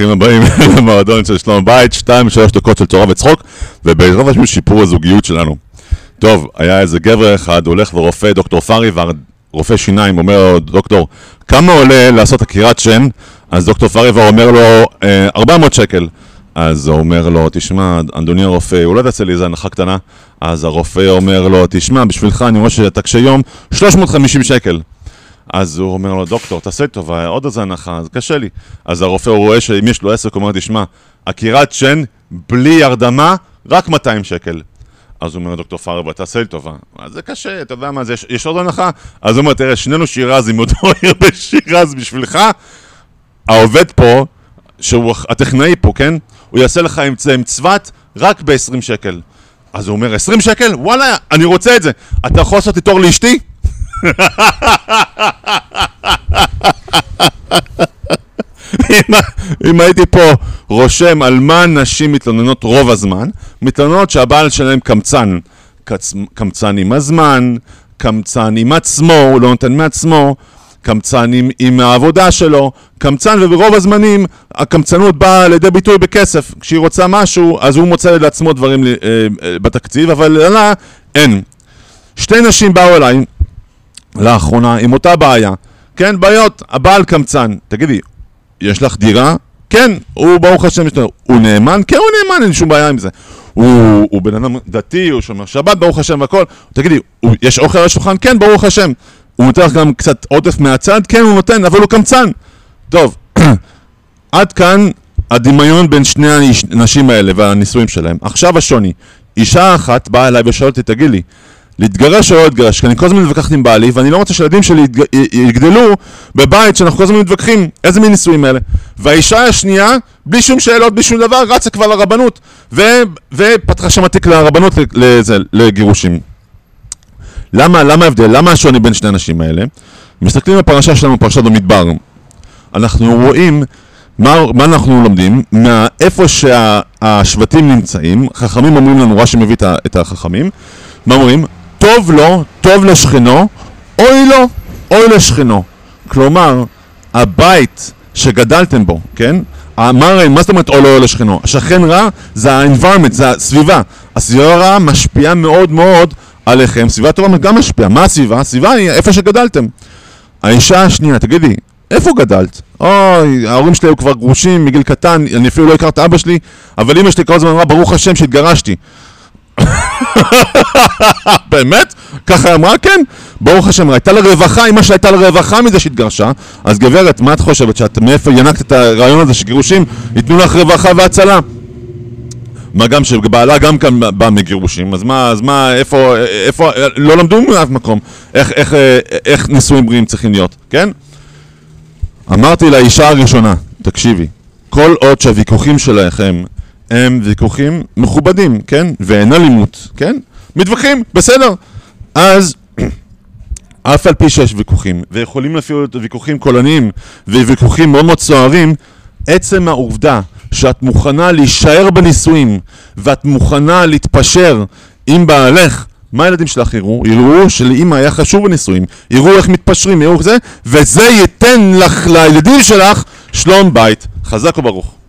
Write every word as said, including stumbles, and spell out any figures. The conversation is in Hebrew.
ברוכים הבאים למועדון של שלום בית, שתיים, שלוש דקות של תורה וצחוק, ובעזרת השם שיפור הזוגיות שלנו. טוב, היה איזה גבר אחד, הולך ורופא, דוקטור פריבר, רופא שיניים, אומר לו, דוקטור, כמה עולה לעשות עקירת שן? אז דוקטור פריבר אומר לו, ארבע מאות שקל. אז הוא אומר לו, תשמע, אדוני הרופא, אולי תעשה לי איזה הנחה קטנה? אז הרופא אומר לו, תשמע, בשבילך אני רואה שאתה קשה יום, שלוש מאות וחמישים שקל. אז הוא אומר לו, דוקטור, תעשה טובה, עוד איזה הנחה, זה קשה לי. אז הרופא הוא רואה שאם יש לו עסק, הוא אומר, תשמע, עקירת שן, בלי הרדמה, רק מאתיים שקל. אז הוא אומר, דוקטור פריבר, תעשה לי טובה. אז זה קשה, אתה יודע מה, זה, יש, יש עוד הנחה? אז הוא אומר, תראה, שנינו שירזים, אותו עיר בשירז בשבילך, העובד פה, שהוא הטכנאי פה, כן? הוא יעשה לך עם, עם צוות רק ב-עשרים שקל. אז הוא אומר, עשרים שקל? וואלה, אני רוצה את זה. אתה יכול לעשות תור לאשתי? אם, אם הייתי פה רושם על מה נשים מתלוננות רוב הזמן, מתלוננות שהבעל שלהם קמצן, קצ... קמצן עם הזמן, קמצן עם עצמו, הוא לא נותן מעצמו, קמצן עם, עם העבודה שלו, קמצן, וברוב הזמנים הקמצנות באה לידי ביטוי בכסף. כשהיא רוצה משהו, אז הוא מוצא לעצמו דברים אה, אה, בתקציב, אבל לא, אין. שתי נשים באו אליי לאחרונה עם אותה בעיה. כן, בעיות, הבעל קמצן. תגידי, יש לך דירה? כן, הוא ברוך השם, הוא נאמן? כן, הוא נאמן, אין שום בעיה עם זה. הוא, הוא בן אדם דתי, הוא שומר שבת, ברוך השם והכל. תגידי, הוא, יש אוכל על השולחן? כן, ברוך השם. הוא נותן לך גם קצת עודף מהצד? כן, הוא נותן, אבל הוא קמצן. טוב, עד כאן הדמיון בין שני האנשים האלה והנישואים שלהם. עכשיו השוני. אישה אחת באה אליי ושאלתי, תגיד לי, להתגרש או לא להתגרש? כי אני כל הזמן מתווכחת עם בעלי, ואני לא רוצה שילדים שלי יגדלו בבית שאנחנו כל הזמן מתווכחים. איזה מין נישואים האלה? והאישה השנייה, בלי שום שאלות, בלי שום דבר, רצה כבר לרבנות, ו... ופתחה שם התיק לרבנות לזה, לגירושים. למה, למה ההבדל? למה השוני בין שני האנשים האלה? מסתכלים בפרשה שלנו, פרשת במדבר. אנחנו רואים מה, מה אנחנו לומדים, מאיפה שהשבטים נמצאים. חכמים אומרים לנו, רש"י מביא את החכמים, מה אומרים? טוב לו, טוב לשכנו, אוי לו, אוי לשכנו. כלומר, הבית שגדלתם בו, כן? מה, מה זאת אומרת אוי לו, אוי לשכנו? השכן רע זה ה-environment, זה הסביבה. הסביבה רע משפיעה מאוד מאוד עליכם. סביבה טובה גם משפיעה. מה הסביבה? הסביבה היא איפה שגדלתם. האישה השנייה, תגידי, איפה גדלת? אוי, ההורים שלי היו כבר גרושים מגיל קטן, אני אפילו לא הכר את אבא שלי, אבל אמא שלי כל הזמן אמרה, ברוך השם שהתגרשתי. באמת? ככה אמרה? כן. ברוך השם, הייתה לה רווחה, אמא שלה הייתה לה רווחה מזה שהתגרשה. אז גברת, מה את חושבת? שאת מאיפה ינקת את הרעיון הזה שגירושים ייתנו לך רווחה והצלה? מה גם שבעלה גם כאן בא מגירושים, אז מה, אז מה, איפה, איפה, לא למדו מאף מקום, איך, איך, איך נישואים בריאים צריכים להיות, כן? אמרתי לאישה הראשונה, תקשיבי, כל עוד שהוויכוחים שלכם הם ויכוחים מכובדים, כן? ואין אלימות, כן? מתווכחים, בסדר. אז, אף על פי שיש ויכוחים, ויכולים אפילו להיות ויכוחים קולניים, וויכוחים מאוד מאוד סוערים, עצם העובדה שאת מוכנה להישאר בנישואים, ואת מוכנה להתפשר עם בעלך, מה הילדים שלך יראו? יראו שלאמא היה חשוב בנישואים, יראו איך מתפשרים, יראו איך זה, וזה ייתן לך, לילדים שלך, שלום בית. חזק וברוך.